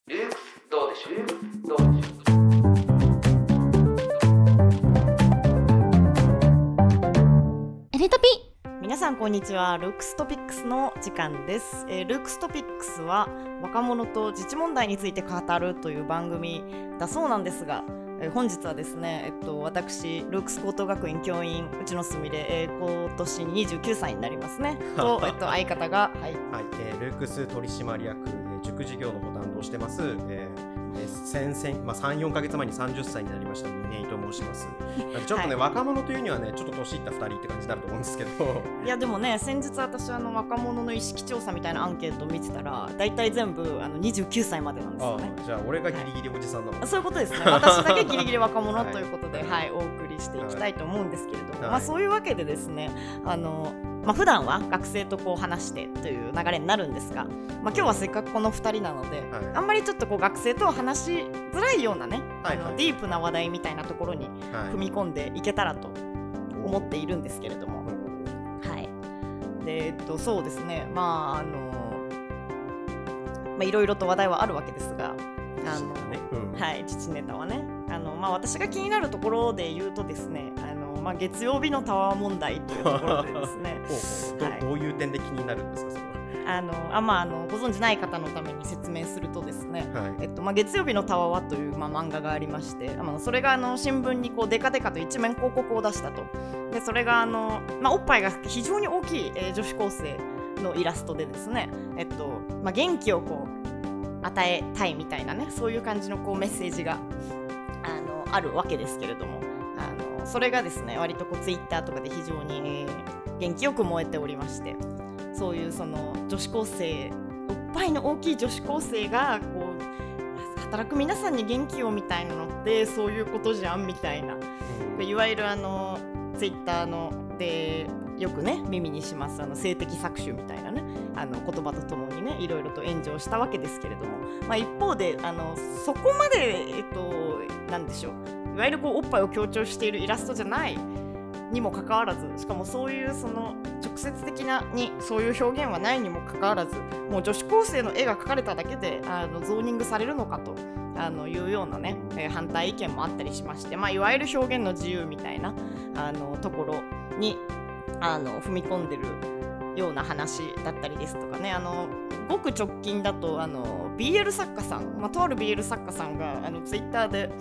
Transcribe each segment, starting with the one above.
ルークスどうでしょう。ルークスどうでしょう。 エレタピ。皆さんこんにちは。ルークストピックスの時間です。ルークストピックスは若者と自治問題について語るという番組だそうなんですが、本日はですね、私ルークス高等学院教員うちのすみれ、今年29歳になりますねと、相方がルークス取締役、塾事業の方担当してます、3、4ヶ月前に30歳になりました峰井と申します。ちょっとね、若者というにはねちょっと年いった2人って感じになると思うんですけど、 いやでもね、先日私若者の意識調査みたいなアンケートを見てたら大体全部29歳までなんですよね。 じゃあ俺がギリギリおじさんなの、 そういうことですね。私だけギリギリ若者ということで、お送りしていきたいと思うんですけれども、そういうわけでですね、普段は学生とこう話してという流れになるんですが、今日はせっかくこの2人なので、あんまりちょっとこう学生とは話しづらいようなね、ディープな話題みたいなところに踏み込んでいけたらと思っているんですけれども、でそうですね、いろいろと話題はあるわけですが、父ネタはね、私が気になるところで言うとですね、月曜日のタワー問題というところでですねどういう点で気になるんですか、それは。ご存じない方のために説明するとですね、月曜日のタワーはという、漫画がありまして、それが新聞にこうデカデカと一面広告を出したと。でそれがおっぱいが非常に大きい、女子高生のイラストでですね、元気をこう与えたいみたいなね、そういう感じのこうメッセージがあるわけですけれども、それがですね割とこうツイッターとかで非常に、元気よく燃えておりまして、そういうその女子高生、おっぱいの大きい女子高生がこう働く皆さんに元気をみたいなのってそういうことじゃんみたいな、いわゆるツイッターのでよくね耳にします性的搾取みたいなね言葉とともにねいろいろと炎上したわけですけれども、一方でそこまでなんでしょう、いわゆるこうおっぱいを強調しているイラストじゃないにもかかわらず、しかもそういうその直接的なにそういう表現はないにもかかわらず、もう女子高生の絵が描かれただけでゾーニングされるのかというようなね、反対意見もあったりしまして、いわゆる表現の自由みたいなところに踏み込んでるような話だったりですとかね、ごく直近だとBL 作家さん、とある BL 作家さんがツイッターで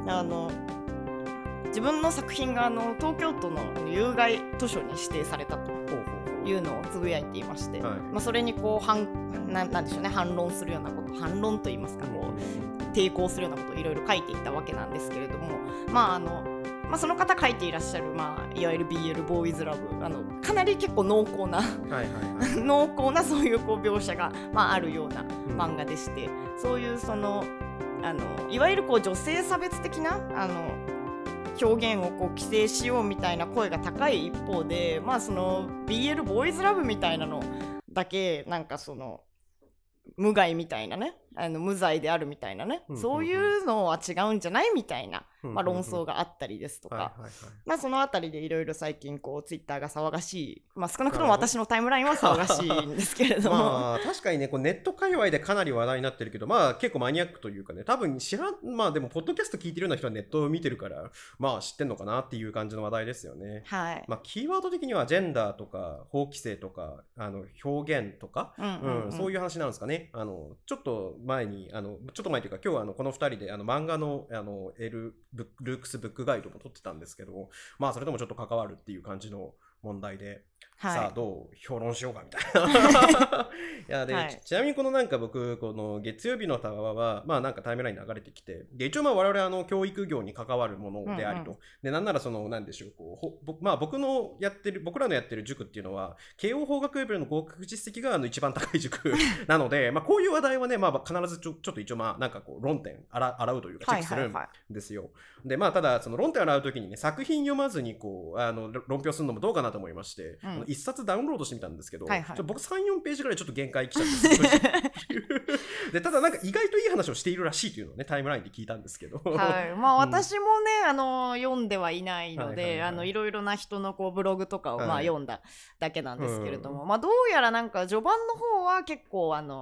自分の作品が東京都の有害図書に指定されたというのをつぶやいていまして、それにこうなんでしょうね、反論するようなこと、反論といいますか、こう抵抗するようなことをいろいろ書いていったわけなんですけれども、その方書いていらっしゃる、いわゆる BL ボーイズラブ、かなり結構濃厚な濃厚なそういうこう描写が、あるような漫画でして、そういうそのいわゆるこう女性差別的な表現をこう規制しようみたいな声が高い一方で、その BL ボーイズラブみたいなのだけなんかその無害みたいなね、無罪であるみたいなね、そういうのは違うんじゃないみたいな、論争があったりですとか、そのあたりでいろいろ最近こうツイッターが騒がしい、少なくとも私のタイムラインは騒がしいんですけれども確かにね、こうネット界隈でかなり話題になってるけど、結構マニアックというかね、多分知らん、でもポッドキャスト聞いてるような人はネットを見てるから知ってんのかなっていう感じの話題ですよね。キーワード的にはジェンダーとか法規制とか表現とか、そういう話なんですかね。ちょっと前というか今日この2人で漫画のルークスブックガイドも撮ってたんですけど、それともちょっと関わるっていう感じの問題で、さあどう評論しようかみたいないやで、ちなみにこのなんか僕この月曜日のタワーはなんかタイムライン流れてきて、で一応我々教育業に関わるものでありと、でなんならそのなんでしょう、こう僕らのやってる塾っていうのは慶応法学部レベルの合格実績が一番高い塾なのでこういう話題はね必ずちょっと一応なんかこう論点洗うというかチェックするんですよ。でただその論点洗うときにね、作品読まずにこう論評するのもどうかなと思いまして、一冊ダウンロードしてみたんですけど、僕 3,4 ページぐらいちょっと限界来ちゃってでただなんか意外といい話をしているらしいというのをねタイムラインで聞いたんですけど、 私もね読んではいないので、いろいろな人のこうブログとかを読んだだけなんですけれども、どうやらなんか序盤の方は結構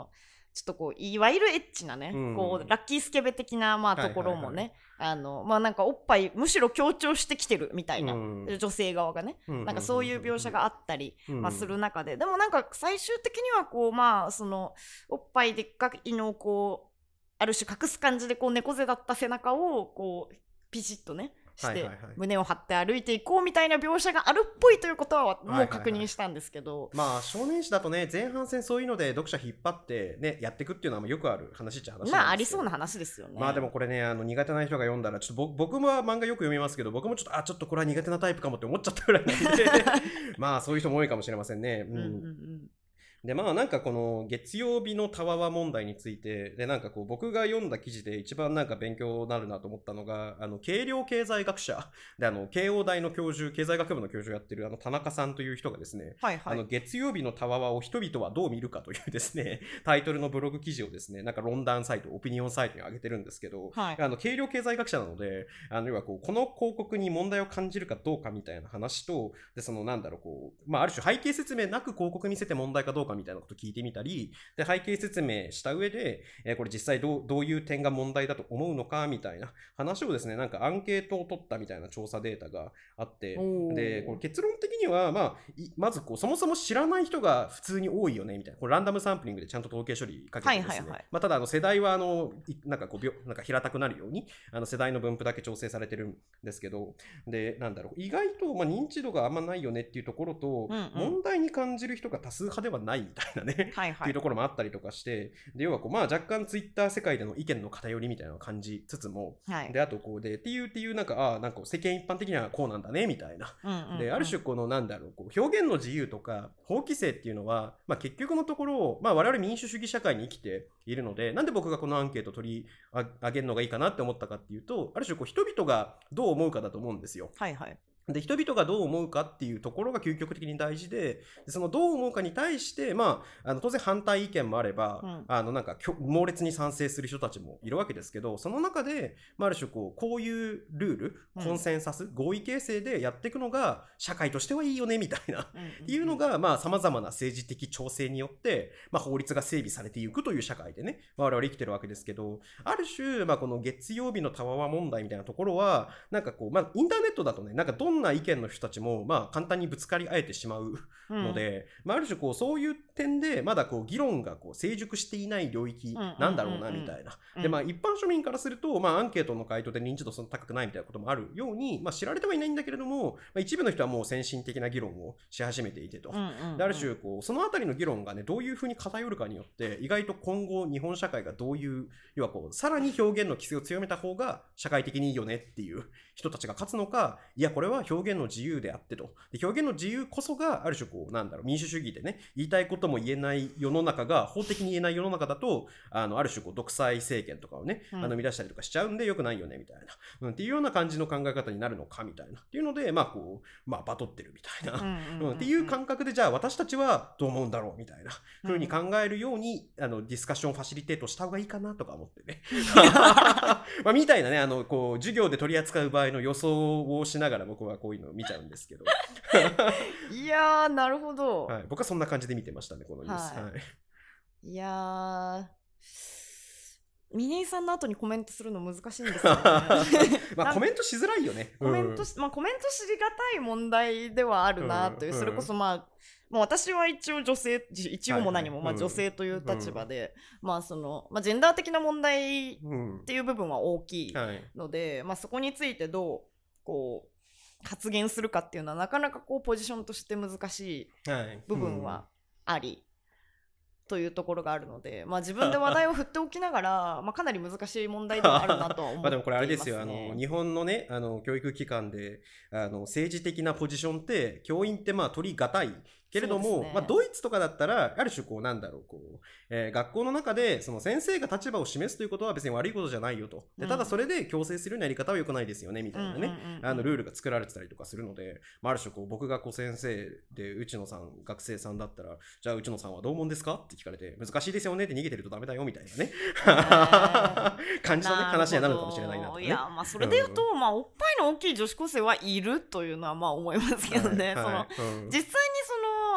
ちょっとこういわゆるエッチなね、こうラッキースケベ的なまあところもね、まあなんかおっぱいむしろ強調してきてるみたいな、女性側がね、なんかそういう描写があったり、まあ、する中で、でもなんか最終的にはこうまあそのおっぱいでっかいのをこうある種隠す感じでこう猫背だった背中をこうピシッとねして胸を張って歩いていこうみたいな描写があるっぽいということはもう確認したんですけど、 まあ少年誌だとね前半戦そういうので読者引っ張ってねやっていくっていうのはよくある話っちゃ話なんですけど、 まあありそうな話ですよね。 まあでもこれね苦手な人が読んだらちょっと僕も漫画よく読みますけど、僕もちょっとこれは苦手なタイプかもって思っちゃったぐらいなんでまあそういう人も多いかもしれませんね。でまあなんかこの月曜日のたわわ問題についてでなんかこう僕が読んだ記事で一番なんか勉強になるなと思ったのが軽量経済学者で慶応大の教授経済学部の教授をやってる田中さんという人がですね、月曜日のたわわを人々はどう見るかというですねタイトルのブログ記事をですねなんか論壇サイトオピニオンサイトに上げてるんですけど、軽量経済学者なので要はこの広告に問題を感じるかどうかみたいな話とでそのなんだろうこうまあある種背景説明なく広告見せて問題かどうかみたいなこと聞いてみたりで背景説明した上で、これ実際どういう点が問題だと思うのかみたいな話をですねなんかアンケートを取ったみたいな調査データがあってでこれ結論的には、まずこうそもそも知らない人が普通に多いよねみたいなこれランダムサンプリングでちゃんと統計処理かけてですね、ただ世代はなんかこうなんか平たくなるように世代の分布だけ調整されてるんですけどでなんだろう意外と、認知度があんまないよねっていうところと、問題に感じる人が多数派ではないみたいなねっていうところもあったりとかしてで要はこう若干ツイッター世界での意見の偏りみたいなのを感じつつも、であとこうでっていうなんかなんか世間一般的にはこうなんだねみたいな、である種このなんだろうこう表現の自由とか法規制っていうのは、結局のところ、我々民主主義社会に生きているのでなんで僕がこのアンケート取り上げるのがいいかなって思ったかっていうとある種こう人々がどう思うかだと思うんですよ。で人々がどう思うかっていうところが究極的に大事でそのどう思うかに対して、当然反対意見もあれば、なんか猛烈に賛成する人たちもいるわけですけどその中で、ある種こういうルールコンセンサス、合意形成でやっていくのが社会としてはいいよねみたいなっていうのがさまざまな政治的調整によって、法律が整備されていくという社会でね我々生きてるわけですけどある種、この月曜日のたわわ問題みたいなところはなんかこう、インターネットだとねなんかどんな意見の人たちも簡単にぶつかり合えてしまうので、ある種こうそういう点でまだこう議論がこう成熟していない領域なんだろうなみたいな、で一般庶民からするとアンケートの回答で認知度そんな高くないみたいなこともあるように、知られてはいないんだけれども、一部の人はもう先進的な議論をし始めていてと、である種こうそのあたりの議論がねどういうふうに偏るかによって意外と今後日本社会がどういう要はこうさらに表現の規制を強めた方が社会的にいいよねっていう人たちが勝つのか、いやこれは表現の自由であってと、で表現の自由こそがある種こうなんだろう民主主義でね言いたいことも言えない世の中が法的に言えない世の中だとある種こう独裁政権とかをね生み出したりとかしちゃうんでよくないよねみたいな、っていうような感じの考え方になるのかみたいなっていうのでこうバトってるみたいな、っていう感覚でじゃあ私たちはどう思うんだろうみたいな風に考えるようにディスカッションファシリテートした方がいいかなとか思ってねみたいなねこう授業で取り扱う場合の予想をしながら僕はこういうのを見ちゃうんですけどいやーなるほど、 僕はそんな感じで見てましたねこのニュース、 いやー峰井さんの後にコメントするの難しいんですよねコメントしづらいよね。 コメントしがたい問題ではあるなという、それこそ私は一応女性一応も何も女性という立場で、そのジェンダー的な問題っていう部分は大きいので、そこについてどうこう発言するかっていうのはなかなかこうポジションとして難しい部分はあり、というところがあるので、自分で話題を振っておきながらかなり難しい問題ではあるなとは思っていますね。 でもこれあれですよ日本のね教育機関で政治的なポジションって教員って取りがたいけれども、ドイツとかだったらある種こうなんだろうこう、学校の中でその先生が立場を示すということは別に悪いことじゃないよと、でただそれで強制するようなやり方は良くないですよねみたいなねルールが作られてたりとかするので、ある種こう僕がこう先生で内野さん学生さんだったらじゃあ内野さんはどう思うんですかって聞かれて難しいですよねって逃げてるとダメだよみたいなね感じのね話にはなるかもしれないなとね。 いやそれで言うと、おっぱいの大きい女子高生はいるというのは思いますけどね、実際にその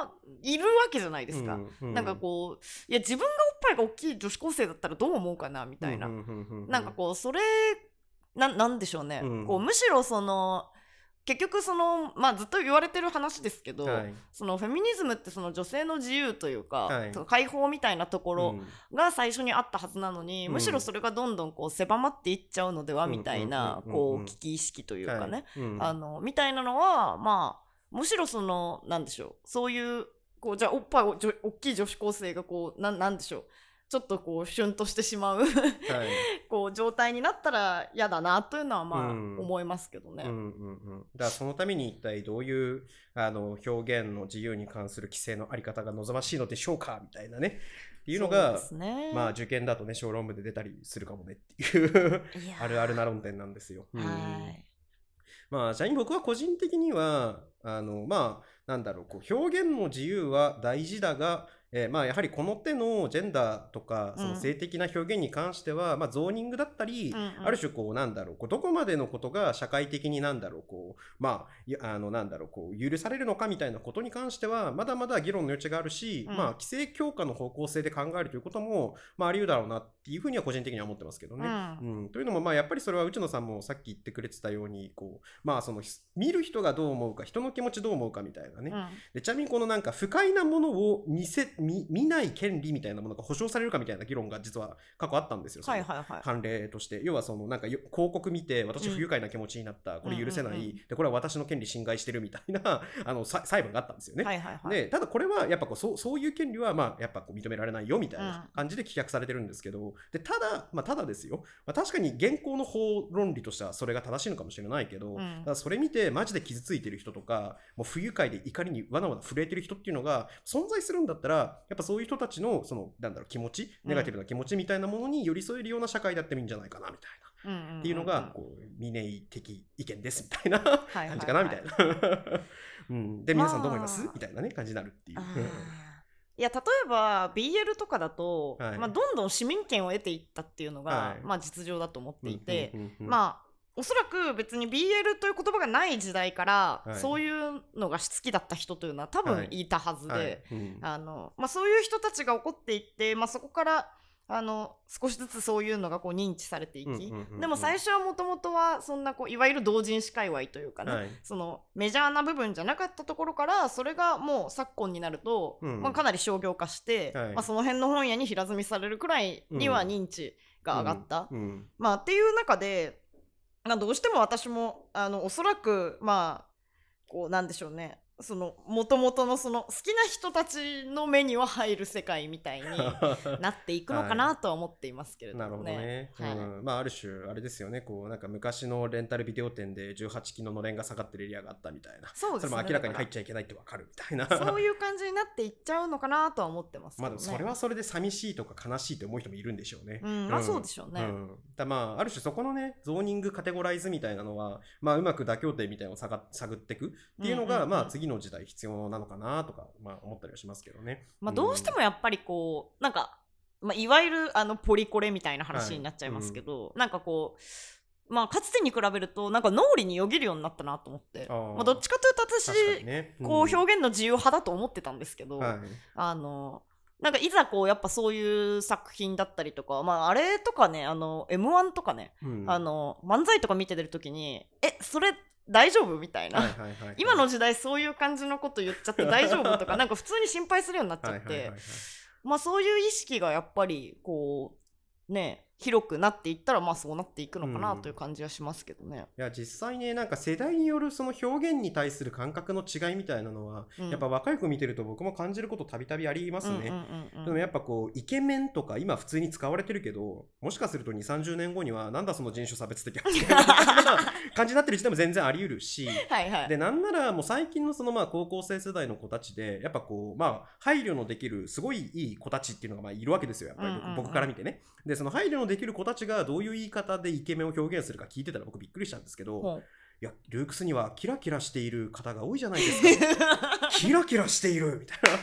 いるわけじゃないですか、なんかこういや自分がおっぱいが大きい女子高生だったらどう思うかなみたいな、なんかこうそれなんでしょうね、こうむしろその結局その、ずっと言われてる話ですけど、そのフェミニズムってその女性の自由というか、解放みたいなところが最初にあったはずなのに、むしろそれがどんどんこう狭まっていっちゃうのではみたいなこう危機意識というかね、みたいなのはむしろそのなんでしょう、そういうこうじゃあおっぱい大きい女子高生がこうなんでしょう、ちょっとこうシュンとしてしまうこう状態になったら嫌だなというのは思いますけどね。 だからそのために一体どういう表現の自由に関する規制のあり方が望ましいのでしょうかみたいなねっていうのが受験だとね小論文で出たりするかもねっていうあるあるな論点なんですよ。ちなみに僕は個人的にはなんだろう、こう表現の自由は大事だがやはりこの手のジェンダーとかその性的な表現に関しては、ゾーニングだったり、ある種こうなんだろう、こうどこまでのことが社会的になんだろうこうなんだろうこう許されるのかみたいなことに関してはまだまだ議論の余地があるし、規制強化の方向性で考えるということもあり得るだろうなっていうふうには個人的には思ってますけどね。というのもやっぱりそれは内野さんもさっき言ってくれてたようにこうその見る人がどう思うか、人の気持ちどう思うかみたいなね。でちなみにこのなんか不快なものを見ない権利みたいなものが保障されるかみたいな議論が実は過去あったんですよ。判例として要はそのなんか広告見て私不愉快な気持ちになった、これ許せない、でこれは私の権利侵害してるみたいな裁判があったんですよね。でただこれはやっぱこうそういう権利はやっぱこう認められないよみたいな感じで棄却されてるんですけど、でただですよ、確かに現行の法論理としてはそれが正しいのかもしれないけど、ただそれ見てマジで傷ついてる人とかもう不愉快で怒りにわなわな震えてる人っていうのが存在するんだったら、やっぱそういう人たちのそのなんだろう気持ち、ネガティブな気持ちみたいなものに寄り添えるような社会であってもいいんじゃないかなみたいな、っていうのがこうミネイ的意見ですみたいな感じかなみたいなで皆さんどう思いますみたいなね感じになるっていう。 いや例えば BL とかだと、どんどん市民権を得ていったっていうのが、実情だと思っていて、おそらく別に BL という言葉がない時代から、そういうのが好きだった人というのは多分いたはずで、そういう人たちが起こっていって、そこから少しずつそういうのがこう認知されていき、でも最初はもともとはそんなこういわゆる同人誌界隈というかね、そのメジャーな部分じゃなかったところからそれがもう昨今になると、かなり商業化して、その辺の本屋に平積みされるくらいには認知が上がった、っていう中でどうしても私もおそらくこうなんでしょうね、その元々のその好きな人たちの目には入る世界みたいになっていくのかなとは思っていますけれどもね。なるほどね。ある種あれですよね、こうなんか昔のレンタルビデオ店で18機ののれんが下がってるエリアがあったみたいな、それも明らかに入っちゃいけないってわかるみたいな、 そういう感じになっていっちゃうのかなとは思ってますけどね。 でもそれはそれで寂しいとか悲しいって思う人もいるんでしょうね。 そうでしょうね。 ある種そこのねゾーニングカテゴライズみたいなのはうまく妥協点みたいなのを探っていくっていうのが次の時代必要なのかなとか思ったりはしますけどね。 どうしてもやっぱりこうなんか、いわゆるポリコレみたいな話になっちゃいますけど、なんかこうかつてに比べるとなんか脳裏によぎるようになったなと思って、どっちかというと私、こう表現の自由派だと思ってたんですけど、なんかいざこうやっぱそういう作品だったりとか、あれとかねM1 とかね、漫才とか見てる時にそれ大丈夫みたいな、今の時代そういう感じのこと言っちゃって大丈夫とかなんか普通に心配するようになっちゃってそういう意識がやっぱりこうね広くなっていったらそうなっていくのかなという感じはしますけどね。 いや実際ねなんか世代によるその表現に対する感覚の違いみたいなのは、やっぱ若い子見てると僕も感じることたびたびありますね。でもやっぱこうイケメンとか今普通に使われてるけど、もしかすると 2,30 年後にはなんだその人種差別的発言な感じになってる時代も全然あり得るしでなんならもう最近のその高校生世代の子たちでやっぱこう配慮のできるすごいいい子たちっていうのがいるわけですよやっぱり僕から見てね。でその配慮のできる子たちがどういう言い方でイケメンを表現するか聞いてたら僕びっくりしたんですけど、いやルークスにはキラキラしている方が多いじゃないですかキラキラしているみたいな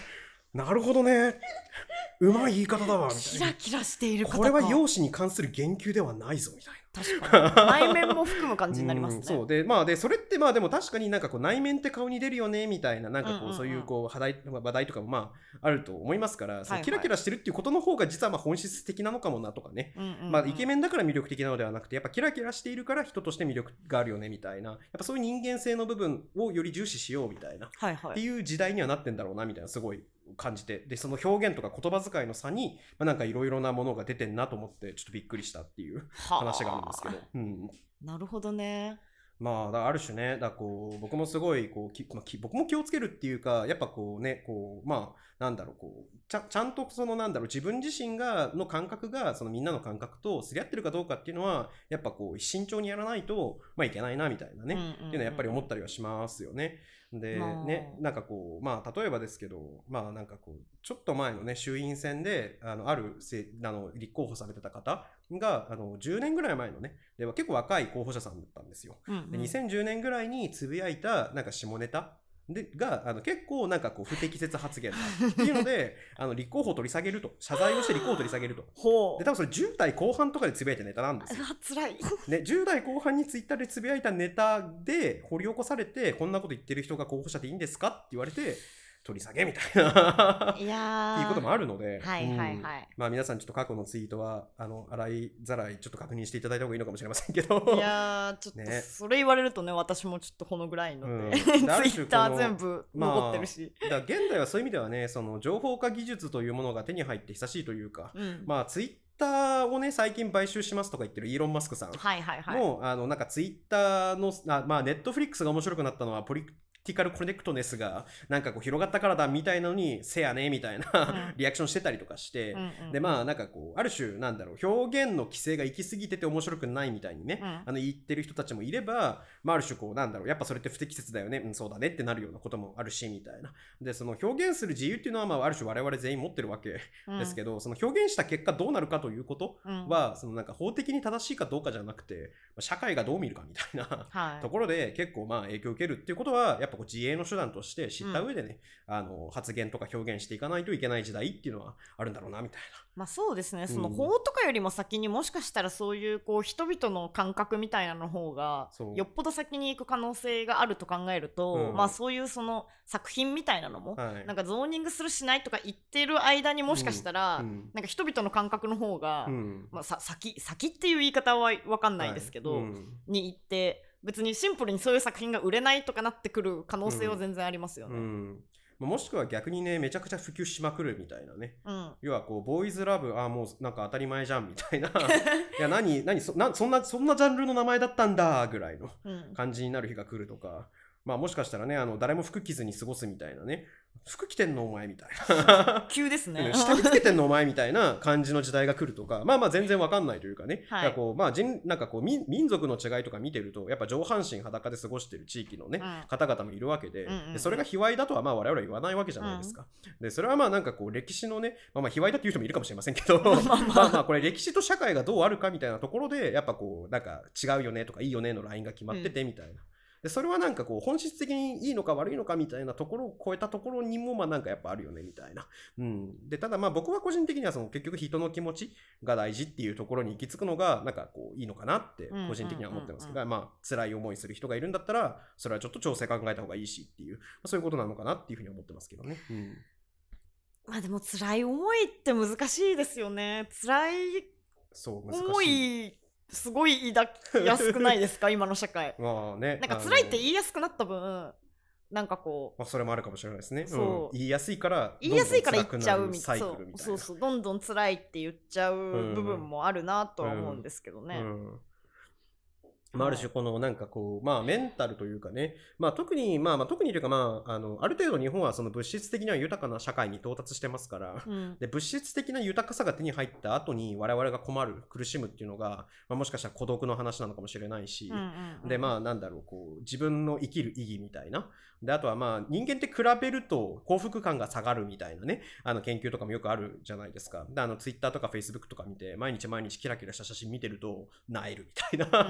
なるほどね。うまい言い方だわみたいな。 キラキラしている方か。 これは容姿に関する言及ではないぞみたいな。 確かに内面も含む感じになりますね。 そうで、まあでそれってまあでも確かになんかこう内面って顔に出るよねみたいな、なんかこうそういうこう話題とかもまああると思いますから、そのキラキラしてるっていうことの方が実はまあ本質的なのかもなとかね。まあイケメンだから魅力的なのではなくて、やっぱキラキラしているから人として魅力があるよねみたいな、やっぱそういう人間性の部分をより重視しようみたいな、っていう時代にはなってんだろうなみたいなすごい感じて、でその表現とか言葉遣いの差に、まあ、なんかいろいろなものが出てんなと思ってちょっとびっくりしたっていう話があるんですけど、 なるほどね。 まあ、ある種ね、こう僕もすごいこう僕も気をつけるっていうか、やっぱこうね、こうまあなんだろう、こうちゃんとそのなんだろう、自分自身がの感覚がそのみんなの感覚とすり合ってるかどうかっていうのはやっぱこう慎重にやらないとまあいけないなみたいなね、っていうのはやっぱり思ったりはしますよね。でね、なんかこうまあ例えばですけど、まあなんかこうちょっと前のね衆院選である立候補されてた方が10年ぐらい前のね、では結構若い候補者さんだったんですよ。で2010年ぐらいにつぶやいたなんか下ネタが結構なんかこう不適切発言だっていうので立候補を取り下げると、謝罪をして立候補を取り下げると。で多分それ10代後半とかでつぶやいたネタなんですよ。 辛いね、10代後半にツイッターでつぶやいたネタで掘り起こされて、こんなこと言ってる人が候補者でいいんですかって言われて取り下げみたいなっていうこともあるので、まあ皆さんちょっと過去のツイートは洗いざらいちょっと確認していただいた方がいいのかもしれませんけど、 いやちょっとそれ言われるとね、私もちょっとこのぐらいので、ツイッター全部残ってるし、 だから現代はそういう意味ではね、その情報化技術というものが手に入って久しいというか、まあツイッターをね最近買収しますとか言ってるイーロン・マスクさんもなんかツイッターのまあネットフリックスが面白くなったのはポリティカルコネクトネスがなんかこう広がったからだみたいなのにせやねみたいなリアクションしてたりとかして、でまあなんかこうある種なんだろう、表現の規制が行き過ぎてて面白くないみたいにね、言ってる人たちもいれば、まあ、ある種こうなんだろう、やっぱそれって不適切だよね、そうだねってなるようなこともあるしみたいな。でその表現する自由っていうのはまあある種我々全員持ってるわけですけど、その表現した結果どうなるかということは、そのなんか法的に正しいかどうかじゃなくて、社会がどう見るかみたいなところで結構まあ影響を受けるっていうことはやっぱこう自衛の手段として知った上でね、発言とか表現していかないといけない時代っていうのはあるんだろうなみたいな。 まあそうですね、その法とかよりも先にもしかしたらそういうこう人々の感覚みたいなの方がよっぽど先に行く可能性があると考えると、まあそういうその作品みたいなのも、なんかゾーニングするしないとか言ってる間にもしかしたら、なんか人々の感覚の方が、まあ先っていう言い方は分かんないですけど、に行って別にシンプルにそういう作品が売れないとかなってくる可能性は全然ありますよね。 もしくは逆にね、めちゃくちゃ普及しまくるみたいなね、要はこうボーイズラブ、もうなんか当たり前じゃんみたいな、いやそんなジャンルの名前だったんだぐらいの感じになる日が来るとか、まあもしかしたらね、誰も服着ずに過ごすみたいなね、服着てんのお前みたいな急ですね下着つけてんのお前みたいな感じの時代が来るとか、まあ全然わかんないというかね、こうまあなんかこう民族の違いとか見てるとやっぱ上半身裸で過ごしてる地域のね、方々もいるわけで、それが卑猥だとはまあ我々は言わないわけじゃないですか。でそれはまあなんかこう歴史のね、まあ卑猥だっていう人もいるかもしれませんけどまあこれ歴史と社会がどうあるかみたいなところでやっぱこうなんか違うよねとかいいよねのラインが決まっててみたいな。でそれはなんかこう本質的にいいのか悪いのかみたいなところを超えたところにもまあなんかやっぱあるよねみたいな。でただまあ僕は個人的にはその結局人の気持ちが大事っていうところに行き着くのがなんかこういいのかなって個人的には思ってますけど、まあ辛い思いする人がいるんだったらそれはちょっと調整考えた方がいいしっていう、そういうことなのかなっていうふうに思ってますけどね。 まあでも辛い思いって難しいですよね。辛い思いすごい抱きやすくないですか今の社会。 まあね、 なんか辛いって言いやすくなった分なんかこう、 それもあるかもしれないですね。 言いやすいから言っちゃうみたいな。そうどんどん辛いって言っちゃう部分もあるなとは思うんですけどね。 ある種このなんかこうまあメンタルというかね、特に特にというかある程度日本はその物質的には豊かな社会に到達してますから、で物質的な豊かさが手に入った後に我々が困る苦しむっていうのが、もしかしたら孤独の話なのかもしれないし、でなんだろうこう自分の生きる意義みたいな、であとは人間って比べると幸福感が下がるみたいなね、研究とかもよくあるじゃないですか。でTwitter とか Facebook とか見て毎日キラキラした写真見てると萎えるみたいなって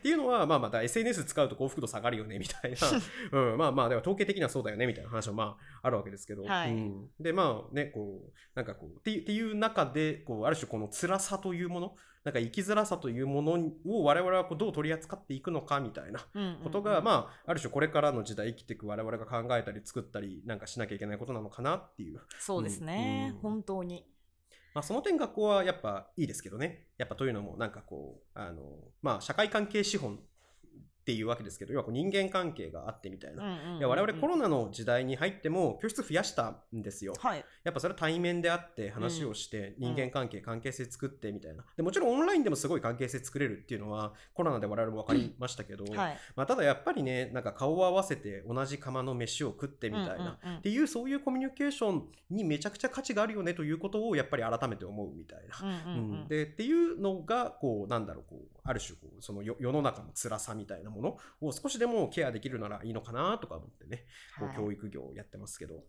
っていうのはまあまた SNS 使うと幸福度下がるよねみたいな、まあまあでも統計的にはそうだよねみたいな話はまああるわけですけど、でまあねこうなんかこうっていう中でこうある種この辛さというもの、なんか生きづらさというものを我々はこうどう取り扱っていくのかみたいなことが、まあある種これからの時代生きていく我々が考えたり作ったりなんかしなきゃいけないことなのかなっていう。 そうですね、本当に。 まあ、その点学校はやっぱいいですけどね。やっぱというのもなんかこうまあ社会関係資本っていうわけですけど、要はこう人間関係があってみたいな、いや我々コロナの時代に入っても教室増やしたんですよ、やっぱそれは対面であって話をして人間関係、関係性作ってみたいな。でもちろんオンラインでもすごい関係性作れるっていうのはコロナで我々も分かりましたけど、まあ、ただやっぱりねなんか顔を合わせて同じ釜の飯を食ってみたいなっていうそういうコミュニケーションにめちゃくちゃ価値があるよねということをやっぱり改めて思うみたいな、でっていうのがこうなんだろうこうある種こうその世の中の辛さみたいなものを少しでもケアできるならいいのかなとか思ってね、こう教育業をやってますけど、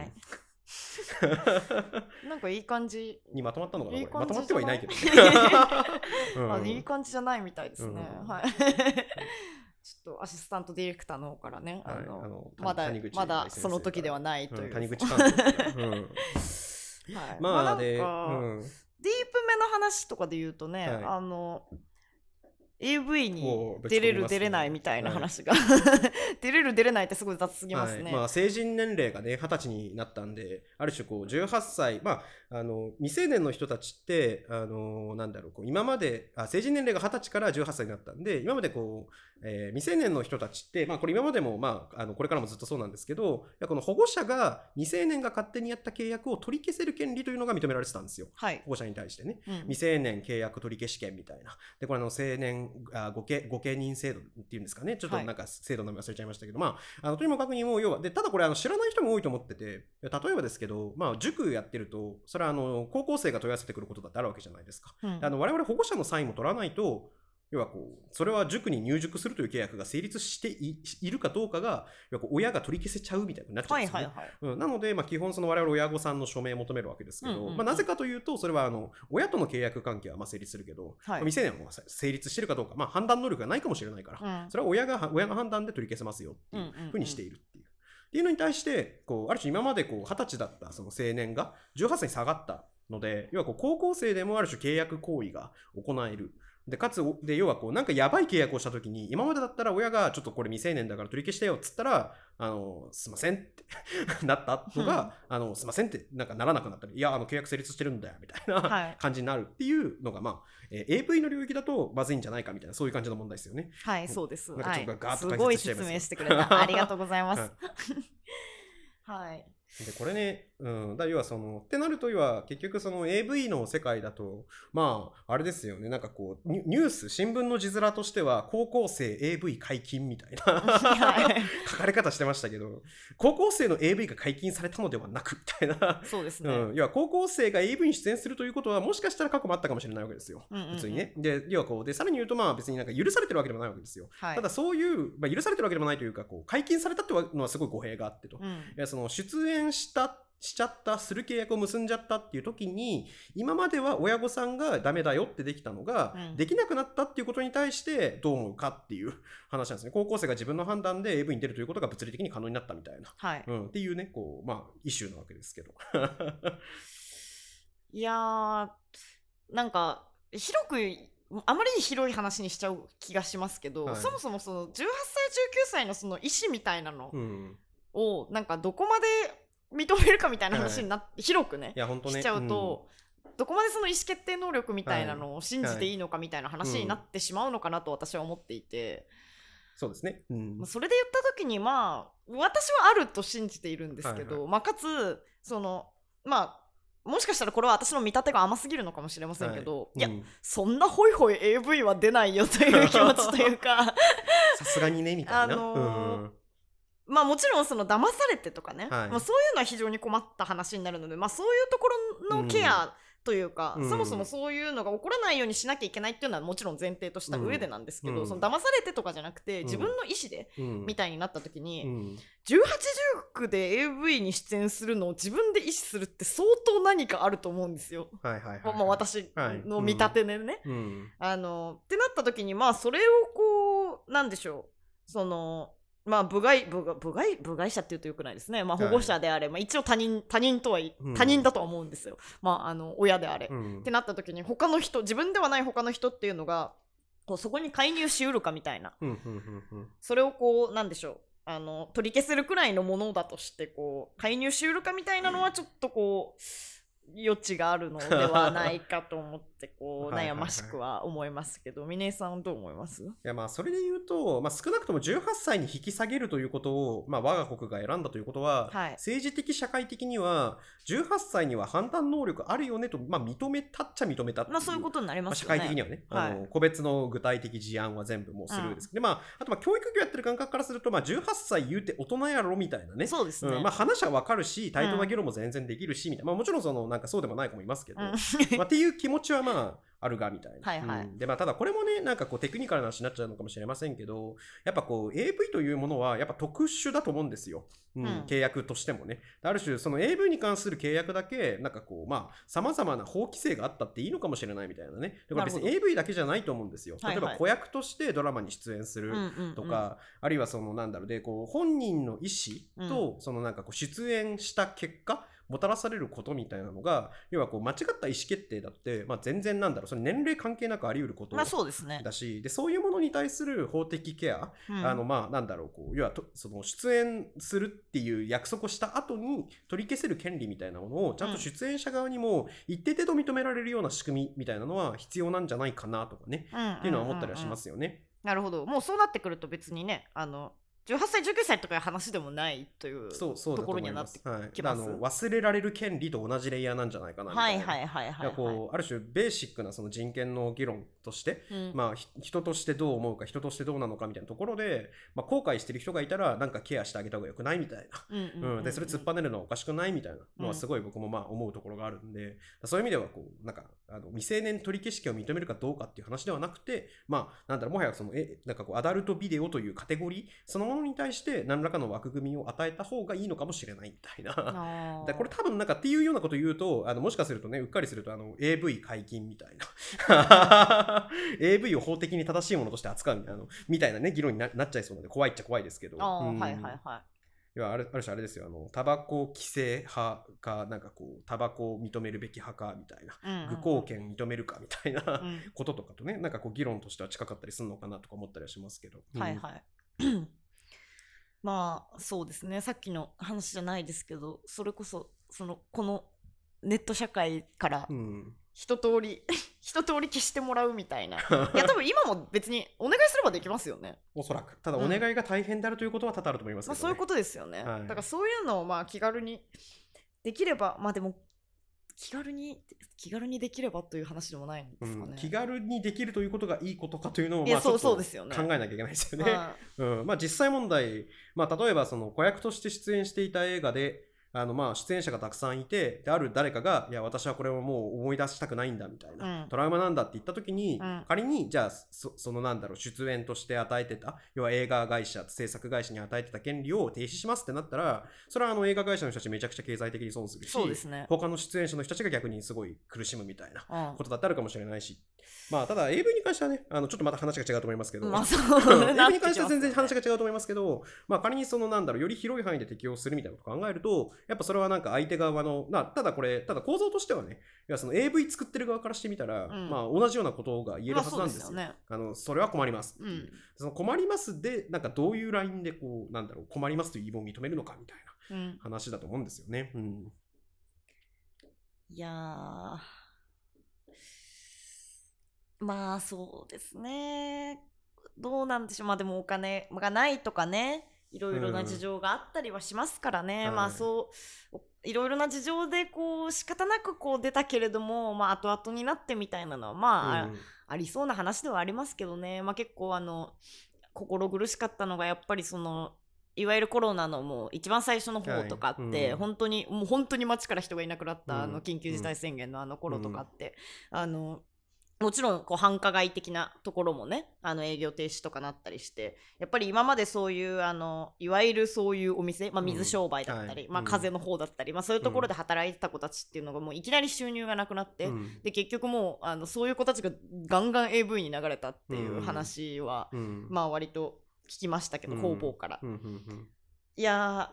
なんかいい感じにまとまったのかな。これまとまってはいないけどいい感じじゃないみたいですね、ちょっとアシスタントディレクターの方からね、まだその時ではないという、 谷口監督まあで、ディープめの話とかで言うとね、AV に出れる出れないみたいな話が、出れる出れないってすごい雑すぎますね、 まあ、成人年齢がね20歳になったんで、ある種こう18歳、まあ、未成年の人たちってなんだろうこう今まで成人年齢が20歳から18歳になったんで、今までこう、未成年の人たちって、まあ、これ今までも、まあ、これからもずっとそうなんですけど、この保護者が未成年が勝手にやった契約を取り消せる権利というのが認められてたんですよ、保護者に対してね、未成年契約取り消し権みたいな。でこれ青年ご経認制度っていうんですかね、ちょっとなんか制度の名前忘れちゃいましたけど、まあとにもかくにも要はで、ただこれ知らない人も多いと思ってて、例えばですけど、まあ塾やってるとそれは高校生が問い合わせてくることだってあるわけじゃないですか、我々保護者のサインも取らないと、要はこうそれは塾に入塾するという契約が成立して いるかどうかが親が取り消せちゃうみたいになっちゃうんですよね。なので、まあ、基本その我々親御さんの署名を求めるわけですけど、なぜかというとそれは親との契約関係はまあ成立するけど、未成年は成立してるかどうか、まあ、判断能力がないかもしれないから、それは親の判断で取り消せますよっていうふうにしているっていうのに対してこうある種今までこう20歳だったその青年が18歳に下がったので、要はこう高校生でもある種契約行為が行える。でかつで要はこうなんかやばい契約をしたときに、今までだったら親がちょっとこれ未成年だから取り消してよっつったらすいませんってなったのが、すいませんってなんかならなくなったり、いや契約成立してるんだよみたいな感じになるっていうのが、まあAV の領域だとまずいんじゃないかみたいな、そういう感じの問題ですよね。 そうです。 なんかちょっとガーッとすごい説明してくれた。ありがとうございます。 でこれね、要はそのってなると、要は結局その AV の世界だと、まああれですよね、なんかこうニュース新聞の字面としては高校生 AV 解禁みたいな書かれ方してましたけど、高校生の AV が解禁されたのではなくみたいな。 そうですね、 要は高校生が AV に出演するということはもしかしたら過去もあったかもしれないわけですよ、普通にね。で要はこうでさらに言うと、まあ別になんか許されてるわけでもないわけですよ、ただそういう、まあ、許されてるわけでもないというか、こう解禁されたっていうのはすごい語弊があってと、いやその出演しちゃったする契約を結んじゃったっていう時に、今までは親御さんがダメだよってできたのが、できなくなったっていうことに対してどう思うかっていう話なんですね。高校生が自分の判断で AV に出るということが物理的に可能になったみたいな、っていうねこう、まあイシューなわけですけどいやーなんか広くあまりに広い話にしちゃう気がしますけど、そもそもその18歳19歳のその意思みたいなのをなんかどこまで認めるかみたいな話になって、広くねしちゃうと、どこまでその意思決定能力みたいなのを信じていいのかみたいな話になってしまうのかなと私は思っていて、 そうですね、 それで言った時にまあ私はあると信じているんですけど、まあかつそのまあもしかしたらこれは私の見立てが甘すぎるのかもしれませんけど、いやそんなホイホイ AV は出ないよという気持ちというかさすがにねみたいな、 まあもちろんその騙されてとかね、まあ、そういうのは非常に困った話になるので、まあ、そういうところのケアというか、そもそもそういうのが起こらないようにしなきゃいけないっていうのはもちろん前提とした上でなんですけど、その騙されてとかじゃなくて自分の意思でみたいになった時に、18、19で AV に出演するのを自分で意思するって相当何かあると思うんですよ。私の見立てでね。ってなった時にまあそれをこなんでしょう、そのまあ部外者っていうとよくないですね。まあ保護者であれ、まあ一応他人とは他人だとは思うんですよ。まあ親であれ、ってなった時に他の人、自分ではない他の人っていうのがこうそこに介入しうるかみたいな、それをこうなんでしょう、取り消せるくらいのものだとしてこう介入しうるかみたいなのはちょっとこう余地があるのではないかと思ってこう悩ましくは思いますけど、峰井さんどう思います？いやまあそれで言うと、まあ、少なくとも18歳に引き下げるということを、まあ、我が国が選んだということは、はい、政治的社会的には18歳には判断能力あるよねと、まあ、認めたっちゃ認めたっていう、 まあ、そういうことになりますよね。 まあ、社会的にはね、はい、個別の具体的事案は全部もうスルーですけど、まあ、あとまあ教育業やってる感覚からすると、まあ、18歳言うて大人やろみたいなね、 そうですね、 まあ、話は分かるし対等な議論も全然できるしみたいな、まあ、もちろんそのなんかそうでもない子もいますけど、まあ、っていう気持ちはまああるがみたいな。 はいはい、 でまあ、ただこれもねなんかこうテクニカルな話になっちゃうのかもしれませんけど、やっぱこう AV というものはやっぱ特殊だと思うんですよ。契約としてもね。ある種その AV に関する契約だけなんかこうまあ様々な法規制があったっていいのかもしれないみたいなね。だから別に AV だけじゃないと思うんですよ。例えば子役としてドラマに出演するとか、あるいはそのなんだろうでこう本人の意思とそのなんかこう出演した結果もたらされることみたいなのが要はこう間違った意思決定だって、まあ、全然なんだろうそれ年齢関係なくあり得ることだし、 まあそうですね、 でそういうものに対する法的ケア、まあなんだろうこう要はその出演するっていう約束をした後に取り消せる権利みたいなものをちゃんと出演者側にも一定程度認められるような仕組みみたいなのは必要なんじゃないかなとかね、っていうのは思ったりはしますよね。 なるほど。もうそうなってくると別にね18歳19歳とかいう話でもないというところにはなってきます。 忘れられる権利と同じレイヤーなんじゃないかなみたいな。ある種ベーシックなその人権の議論として、まあ人としてどう思うか人としてどうなのかみたいなところで、まあ、後悔してる人がいたらなんかケアしてあげた方がよくないみたいな、でそれ突っぱねるのはおかしくないみたいなのはすごい僕もまあ思うところがあるんで、そういう意味ではこうなんか未成年取り消し権を認めるかどうかっていう話ではなくて、まあなんだろうもはやそのなんかこうアダルトビデオというカテゴリーそのものに対して何らかの枠組みを与えた方がいいのかもしれないみたいな。だこれ多分なんかっていうようなことを言うともしかするとねうっかりするとAV 解禁みたいなAV を法的に正しいものとして扱うみたいなね議論に なっちゃいそうなので怖いっちゃ怖いですけど、 はいはいはい。 いやある種あれですよタバコ規制派かなんかこうタバコを認めるべき派かみたいな、愚行権認めるかみたいな、こととかとねなんかこう議論としては近かったりするのかなとか思ったりはしますけど、 はいはいまあそうですね、さっきの話じゃないですけどそれこそこのネット社会から一通り消してもらうみたいないや多分今も別にお願いすればできますよねおそらく。ただお願いが大変であるということは多々あると思いますけどね、 そういうことですよね、だからそういうのをまあ気軽にできればまあでも気軽にできればという話でもないんですかね、 気軽にできるということがいいことかというのをまあちょっと考えなきゃいけないですよね。まあ実際問題、まあ例えばその子役として出演していた映画でまあ出演者がたくさんいてである誰かがいや私はこれをもう思い出したくないんだみたいな、トラウマなんだって言った時に、仮にじゃあそのなんだろう出演として与えてた要は映画会社制作会社に与えてた権利を停止しますってなったらそれは映画会社の人たちめちゃくちゃ経済的に損するし、 そうですね、 他の出演者の人たちが逆にすごい苦しむみたいなことだってあるかもしれないし、まあただ AV に関してはねちょっとまた話が違うと思いますけど、AV に関しては全然話が違うと思いますけど、まあ仮にそのなんだろうより広い範囲で適用するみたいなことを考えるとやっぱそれはなんか相手側のただ構造としてはねいやその AV 作ってる側からしてみたら、まあ同じようなことが言えるはずなんですよ、それは困りますっていう、その困りますでなんかどういうラインでこうなんだろう困りますという言い分を認めるのかみたいな話だと思うんですよね。 いやまあそうですね、どうなんでしょう。まあでもお金がないとかねいろいろな事情があったりはしますからね、まあそういろいろな事情でこう仕方なくこう出たけれどもまあ後々になってみたいなのはまあ、ありそうな話ではありますけどね、まあ結構心苦しかったのがやっぱりいわゆるコロナのもう一番最初の方とかって、本当に街から人がいなくなった緊急事態宣言の頃とかって、 もちろんこう繁華街的なところもね営業停止とかなったりして、やっぱり今までそういういわゆるそういうお店、水商売だったり、風の方だったり、そういうところで働いてた子たちっていうのがもういきなり収入がなくなって、で結局もうそういう子たちがガンガン AV に流れたっていう話は、割と聞きましたけど、方々から、いや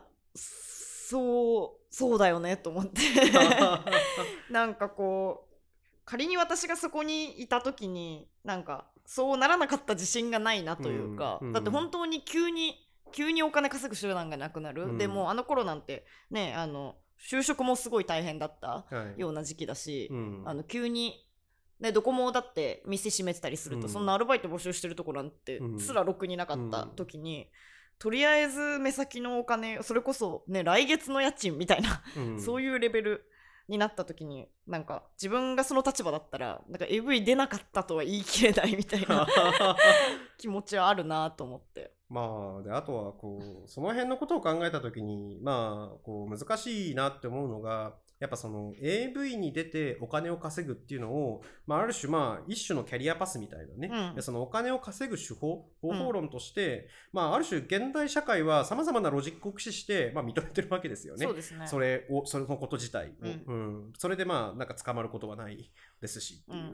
そうだよねと思ってなんかこう仮に私がそこにいた時になんかそうならなかった自信がないなというか、だって本当に急にお金稼ぐ手段がなくなる、でも頃なんてね就職もすごい大変だったような時期だし、急にね、どこもだって店閉めてたりすると、そんなアルバイト募集してるとこなんてすらろくになかった時に、とりあえず目先のお金、それこそね来月の家賃みたいな、そういうレベルになった時になんか自分がその立場だったらなんか AV 出なかったとは言い切れないみたいな気持ちはあるなと思って。 であとはこうその辺のことを考えた時にこう難しいなって思うのが、やっぱその AV に出てお金を稼ぐっていうのを、ある種一種のキャリアパスみたいなね、でそのお金を稼ぐ手法、方法論として、ある種現代社会はさまざまなロジックを駆使して、認めてるわけですよね。 そうですね。 それのこと自体を、それでなんか捕まることはないですしっていう、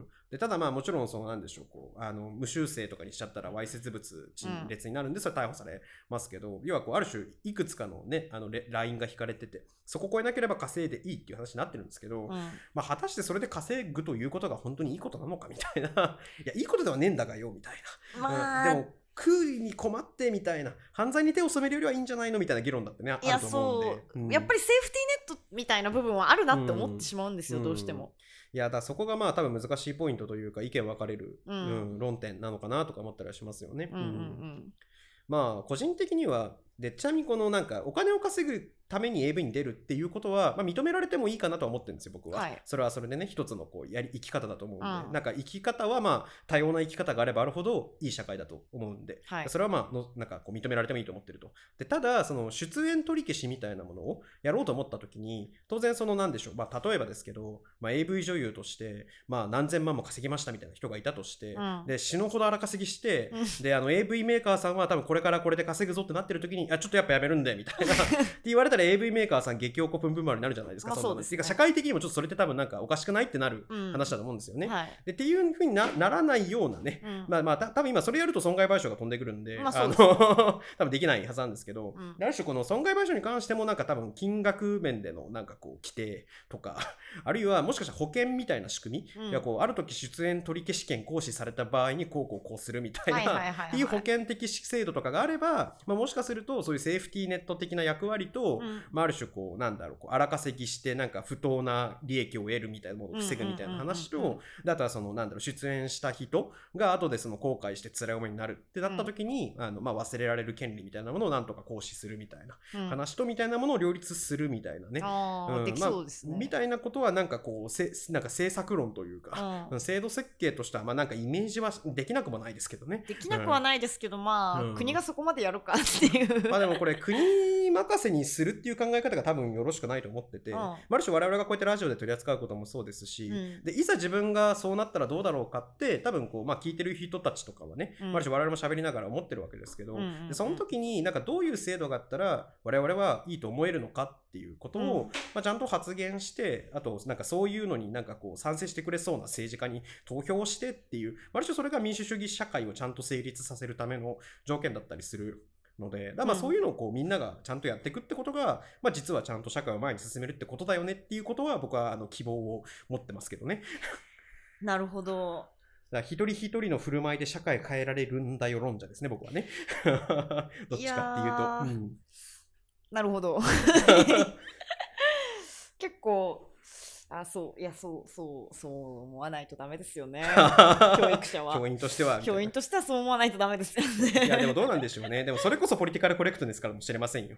でただもちろんそのなんでしょう、こう無修正とかにしちゃったらわいせつ物陳列になるんで、それ逮捕されますけど、要はこうある種いくつかのねラインが引かれてて、そこを超えなければ稼いでいいっていう話になってるんですけど、果たしてそれで稼ぐということが本当にいいことなのかみたいな、いやいいことではねえんだがよみたいな、でも食うに困ってみたいな、犯罪に手を染めるよりはいいんじゃないのみたいな議論だってねあると思うんで、 やっぱりセーフティーネットみたいな部分はあるなって思ってしまうんですよ、どうしても。 いやだそこが多分難しいポイントというか意見分かれる、論点なのかなとか思ったりはしますよね。個人的にはでちなみにこのなんかお金を稼ぐために AV に出るっていうことは、認められてもいいかなとは思ってるんですよ僕は、それはそれでね一つのこう生き方だと思うんで、なんか生き方は多様な生き方があればあるほどいい社会だと思うんで、それはなんかこう認められてもいいと思ってると。でただその出演取り消しみたいなものをやろうと思った時に、当然そのなんでしょう、例えばですけど、AV 女優として何千万も稼ぎましたみたいな人がいたとして、で死ぬほど荒稼ぎして、でAV メーカーさんは多分これからこれで稼ぐぞってなってる時にちょっとやっぱやめるんでみたいなって言われたら AV メーカーさん激おこぷんぷん丸になるじゃないですか。 そうですね。 社会的にもちょっとそれって多分なんかおかしくないってなる話だと思うんですよね。でっていう風に ならないようなね、多分今それやると損害賠償が飛んでくるんで、多分できないはずなんですけど、ある種この損害賠償に関してもなんか多分金額面でのなんかこう規定とかあるいはもしかしたら保険みたいな仕組み、こうある時出演取り消し権行使された場合にこうするみたいなっていう保険的制度とかがあれば、もしかするとそういうセーフティーネット的な役割と、ある種こうなんだろう、荒稼ぎしてなんか不当な利益を得るみたいなものを防ぐみたいな話と、あとはそのなんだろう、出演した人が後でその後悔して辛い思いになるってなった時に、忘れられる権利みたいなものをなんとか行使するみたいな話とみたいなものを両立するみたいなね、 できそうですね、 みたいなことはなんかこうなんか政策論というか、制度設計としてはなんかイメージはできなくもないですけどね。 できなくはないですけど、国がそこまでやるかっていうでもこれ国任せにするっていう考え方が多分よろしくないと思ってて、ある種我々がこうやってラジオで取り扱うこともそうですし、でいざ自分がそうなったらどうだろうかって多分こう、聞いてる人たちとかはね、ある種我々も喋りながら思ってるわけですけど、でその時になんかどういう制度があったら我々はいいと思えるのかっていうことを、ちゃんと発言して、あとなんかそういうのになんかこう賛成してくれそうな政治家に投票してっていう、ある種それが民主主義社会をちゃんと成立させるための条件だったりするので、そういうのをこうみんながちゃんとやっていくってことが、実はちゃんと社会を前に進めるってことだよねっていうことは僕は希望を持ってますけどね。 なるほど。 だから一人一人の振る舞いで社会変えられるんだよ論者ですね、僕はね。どっちかっていうと。 なるほど。結構そう思わないとダメですよね。教育者は。 教員としてはそう思わないとダメですよね。 いやでもどうなんでしょうね。でもそれこそポリティカルコレクトですからもしれませんよ。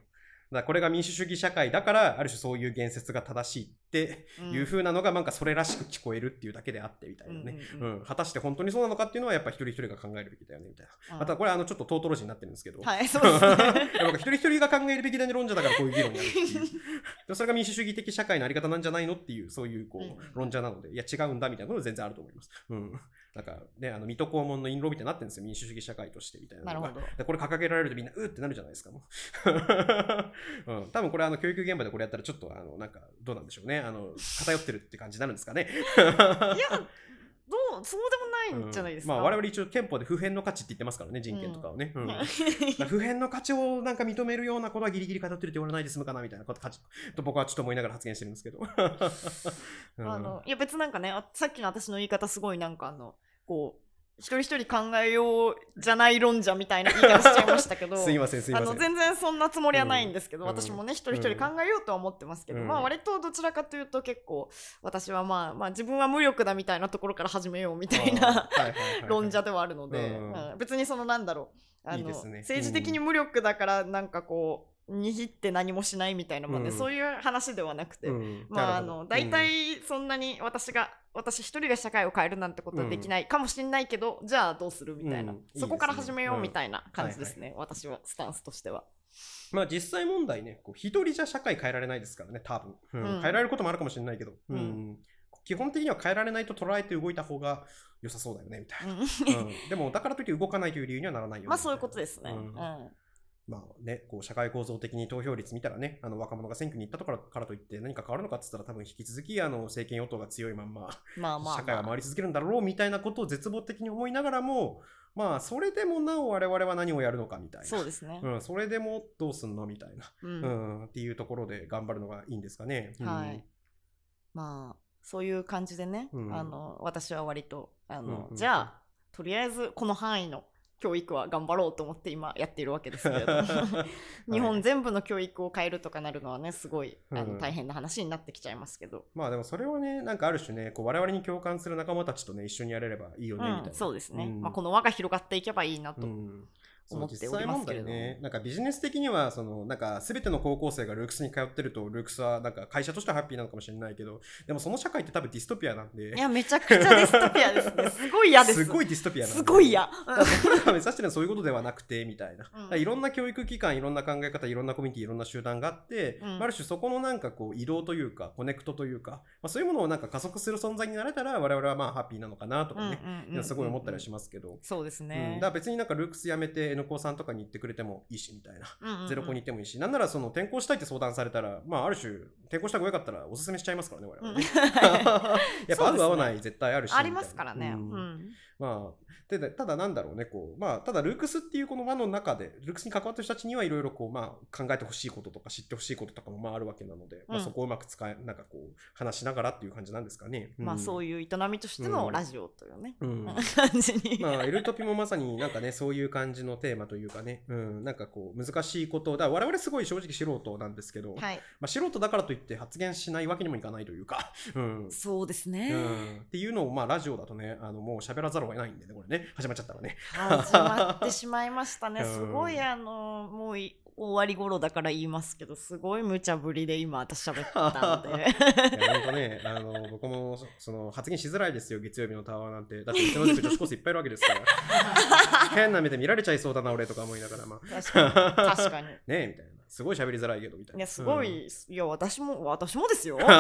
だからこれが民主主義社会だからある種そういう言説が正しいっていう風なのがなんかそれらしく聞こえるっていうだけであってみたいなね、果たして本当にそうなのかっていうのはやっぱ一人一人が考えるべきだよねみたいな、またこれちょっとトートロジーになってるんですけど、 はいそうですねなんか一人一人が考えるべきだね論者だからこういう議論になるっていうそれが民主主義的社会のあり方なんじゃないのっていうそういう論者なので、いや違うんだみたいなこと全然あると思います。なんかね、水戸黄門の印籠みたいになってるんですよ、民主主義社会としてみたいな。 なるほど。 これ掲げられるとみんなうってなるじゃないですかもう、多分これ教育現場でこれやったらちょっとなんかどうなんでしょうね、偏ってるって感じになるんですかねいやそうでもないんじゃないですか。 我々一応憲法で普遍の価値って言ってますからね、人権とかをね、普遍の価値をなんか認めるようなことはギリギリ偏ってるって言われないで済むかなみたいなことと僕はちょっと思いながら発言してるんですけどいや別なんかね、さっきの私の言い方すごいなんかこう一人一人考えようじゃない論者みたいな言い方しちゃいましたけどすいません全然そんなつもりはないんですけど、私もね一人一人考えようとは思ってますけど、割とどちらかというと結構私はまあ自分は無力だみたいなところから始めようみたいな論者ではあるので、別になんだろういいですね、政治的に無力だからなんかこうにひって何もしないみたいなもんで、そういう話ではなくて、大体そんなに私一人が社会を変えるなんてことはできないかもしれないけど、じゃあどうするみたいな、そこから始めようみたいな感じですね、私はスタンスとしては。 実際問題ね、一人じゃ社会変えられないですからね、多分、変えられることもあるかもしれないけど、基本的には変えられないと捉えて動いた方が良さそうだよねみたいな、でもだからといって動かないという理由にはならないよね。 そういうことですね。 こう社会構造的に投票率見たらね、若者が選挙に行ったからといって何か変わるのかって言ったら、多分引き続き政権与党が強いまんま社会は回り続けるんだろうみたいなことを絶望的に思いながらも、それでもなお我々は何をやるのかみたいな、 そうですね、 それでもどうすんのみたいな、っていうところで頑張るのがいいんですかね。 はい、そういう感じでね、私は割とじゃあとりあえずこの範囲の教育は頑張ろうと思って今やっているわけですけれど日本全部の教育を変えるとかなるのはねすごい大変な話になってきちゃいますけど、 でもそれをねなんかある種ね我々に共感する仲間たちとね一緒にやれればいいよねみたいな、 そうですね、この輪が広がっていけばいいなと思っておりますけれども、 なんかビジネス的にはなんか全ての高校生がルークスに通ってるとルークスはなんか会社としてはハッピーなのかもしれないけど、でもその社会って多分ディストピアなんで、 いやめちゃくちゃディストピアですねすごい嫌です。 すごいディストピアなんで、 すごい嫌僕らが目指してるのはそういうことではなくてみたいな、いろんな教育機関、いろんな考え方、いろんなコミュニティ、いろんな集団があって、ある種そこのなんかこう移動というかコネクトというか、そういうものをなんか加速する存在になれたら我々はハッピーなのかなとかね、すごい思ったりしますけど、 そうですね、 だから別になんかルークス辞めて N 高さんとかに行ってくれてもいいしみたいな、ゼロ校に行ってもいいし、なんなら転校したいって相談されたら、ある種転校した方がよかったらおすすめしちゃいますからね我々ねやっぱ合う合わない絶対あるし、 ありますからね。 ただなんだろうねただルークスっていうこの輪の中でルークスに関わってる人たちにはいろいろ考えてほしいこととか知ってほしいこととかもあるわけなので、そこをうまくなんか話しながらっていう感じなんですかね。 そういう営みとしてのラジオというね、感じにエルトピもまさになんかねそういう感じのテーマというかね、なんか難しいことだ、我々すごい正直素人なんですけど、素人だからといって発言しないわけにもいかないというか、 そうですね、 っていうのをラジオだとねもう喋らざるを得ないんでね、これね始まっちゃったらね始まってしまいましたねすごいもう終わり頃だから言いますけど、すごい無茶ぶりで今私喋ったんで本当ね僕も発言しづらいですよ、月曜日のタワーなんて。だってうちの塾女子コースいっぱいいるわけですから変な目で見られちゃいそうだな俺とか思いながら、 確かにねえみたいな、すごい喋りづらいけどみたいな。 いやすごい、いや私もですよ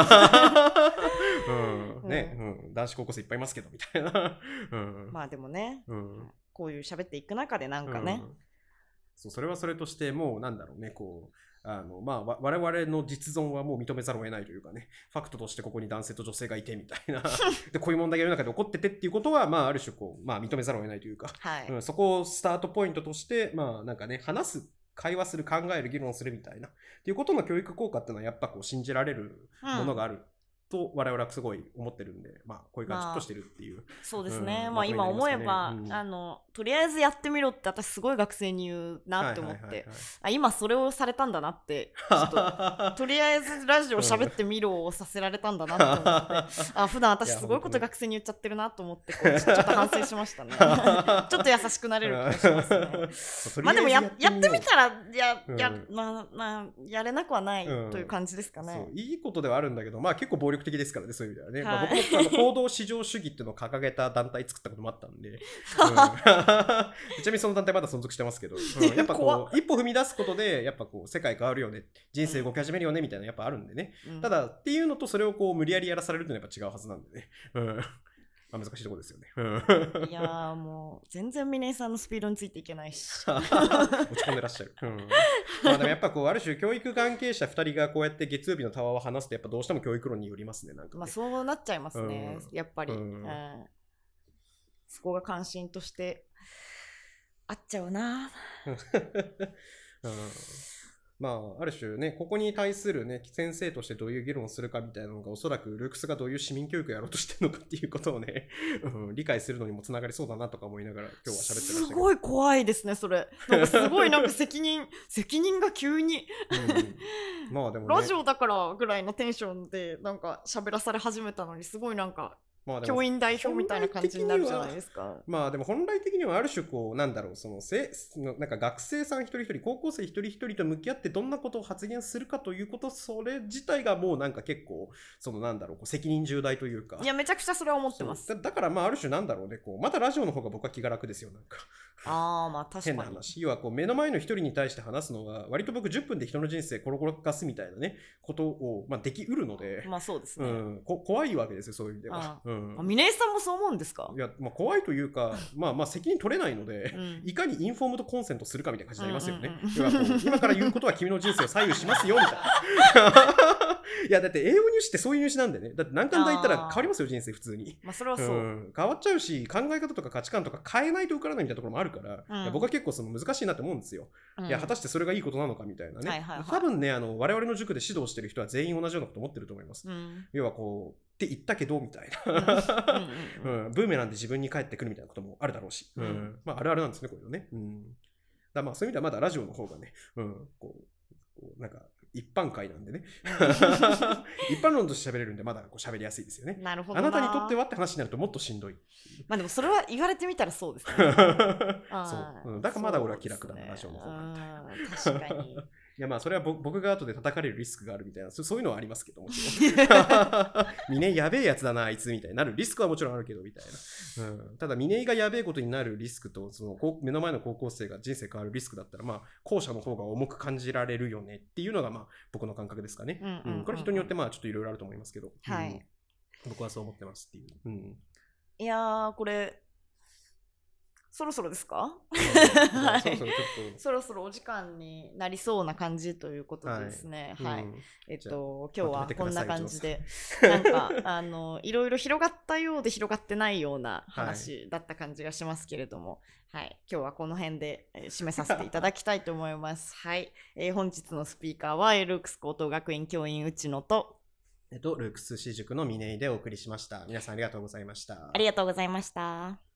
男子高校生いっぱいいますけどみたいなでもね、こういう喋っていく中でなんかね、 それはそれとしてもうなんだろうね我々の実存はもう認めざるを得ないというかね、ファクトとしてここに男性と女性がいてみたいなでこういう問題が世の中で起こっててっていうことはある種認めざるを得ないというか、そこをスタートポイントとしてなんかね会話する、考える、議論するみたいなっていうことの教育効果っていうのはやっぱ信じられるものがあると我々はすごい思ってるんで、まあこういう感じとしてるっていう、 そうですね、まあ今思えば、とりあえずやってみろって私すごい学生に言うなって思って、今それをされたんだなってちょっととりあえずラジオ喋ってみろをさせられたんだなと思って普段私すごいこと学生に言っちゃってるなと思ってちょっと反省しましたねちょっと優しくなれる気がしますねまあでもやってみたらやれなくはないという感じですかね、 そういいことではあるんだけど、まあ結構暴力的ですからね、そういう意味ではね、僕も行動至上主義っていうのを掲げた団体作ったこともあったんで、ちなみにその団体まだ存続してますけど、やっぱこう一歩踏み出すことでやっぱこう世界変わるよね、人生動き始めるよねみたいなやっぱあるんでね、ただっていうのとそれをこう無理やりやらされるというのはやっぱ違うはずなんでね、難しいところですよね。 いやーもう全然峰井さんのスピードについていけないし落ち込んでらっしゃる、まあでもやっぱこうある種教育関係者2人がこうやって月曜日のタワーを話すとやっぱどうしても教育論によりますね、なんかね、 まあそうなっちゃいますね、やっぱり、そこが関心としてあっちゃうなまあ、ある種ね、ここに対するね、先生としてどういう議論をするかみたいなのが、おそらくルークスがどういう市民教育をやろうとしてるのかっていうことをね、理解するのにもつながりそうだなとか思いながら、今日は喋ってましたけど。 すごい怖いですね、それ。なんかすごいなんか責任が急に、まあでもね、ラジオだからぐらいのテンションでなんか喋らされ始めたのに、すごいなんか、教員代表みたいな感じになるじゃないですか。 まあでも本来的にはある種こうなんだろう、そのなんか学生さん一人一人、高校生一人一人と向き合ってどんなことを発言するかということ、それ自体がもうなんか結構そのなんだろう、責任重大というか。 いやめちゃくちゃそれは思ってます。 だからまあある種なんだろうね、こうまたラジオの方が僕は気が楽ですよ、なんか。 まあ確かに。 変な話。要はこう目の前の一人に対して話すのが割と僕10分で人の人生コロコロ化すみたいなねことをまあできうるので。 まあそうですね。 怖いわけですよ、そういう意味では。 峰井さんもそう思うんですか？ いや、まあ、怖いというか、まあ責任取れないので、いかにインフォームドコンセントするかみたいな感じになりますよね。今から言うことは君の人生を左右しますよみたいな。いやだって英語入試ってそういう入試なんでね。だって何回も言ったら変わりますよ、人生普通に。 まあそれはそう、 変わっちゃうし、考え方とか価値観とか変えないと受からないみたいなところもあるから、いや僕は結構その難しいなって思うんですよ。いや果たしてそれがいいことなのかみたいなね。多分ね、我々の塾で指導してる人は全員同じようなこと思ってると思います。要はこうって言ったけどみたいなブーメランで自分に返ってくるみたいなこともあるだろうし、まああるあるなんですね、こういうのね。だまあそういう意味ではまだラジオの方がね、こうなんか一般会なんでね一般論として喋れるんでまだこう喋りやすいですよね。 なるほど。 あなたにとってはって話になるともっとしんどい。 まあでもそれは言われてみたらそうですねそう、だからまだ俺は気楽だな、ラジオの方がみたいな。 確かにいやまあそれは僕が後で叩かれるリスクがあるみたいな、そういうのはありますけどもちろん峰井やべえやつだなあいつみたいになるリスクはもちろんあるけどみたいな、ただ峰井がやべえことになるリスクとその目の前の高校生が人生変わるリスクだったらまあ後者の方が重く感じられるよねっていうのがまあ僕の感覚ですかね。これ人によってまあちょっといろいろあると思いますけど、僕はそう思ってますっていう、 いやーこれそろそろですか？そろそろお時間になりそうな感じということですね。今日はこんな感じでなんかいろいろ広がったようで広がってないような話だった感じがしますけれども、今日はこの辺で締めさせていただきたいと思います。本日のスピーカーはルークス高等学院教員内野とルークス私塾の峰井でお送りしました。皆さんありがとうございました。 ありがとうございました。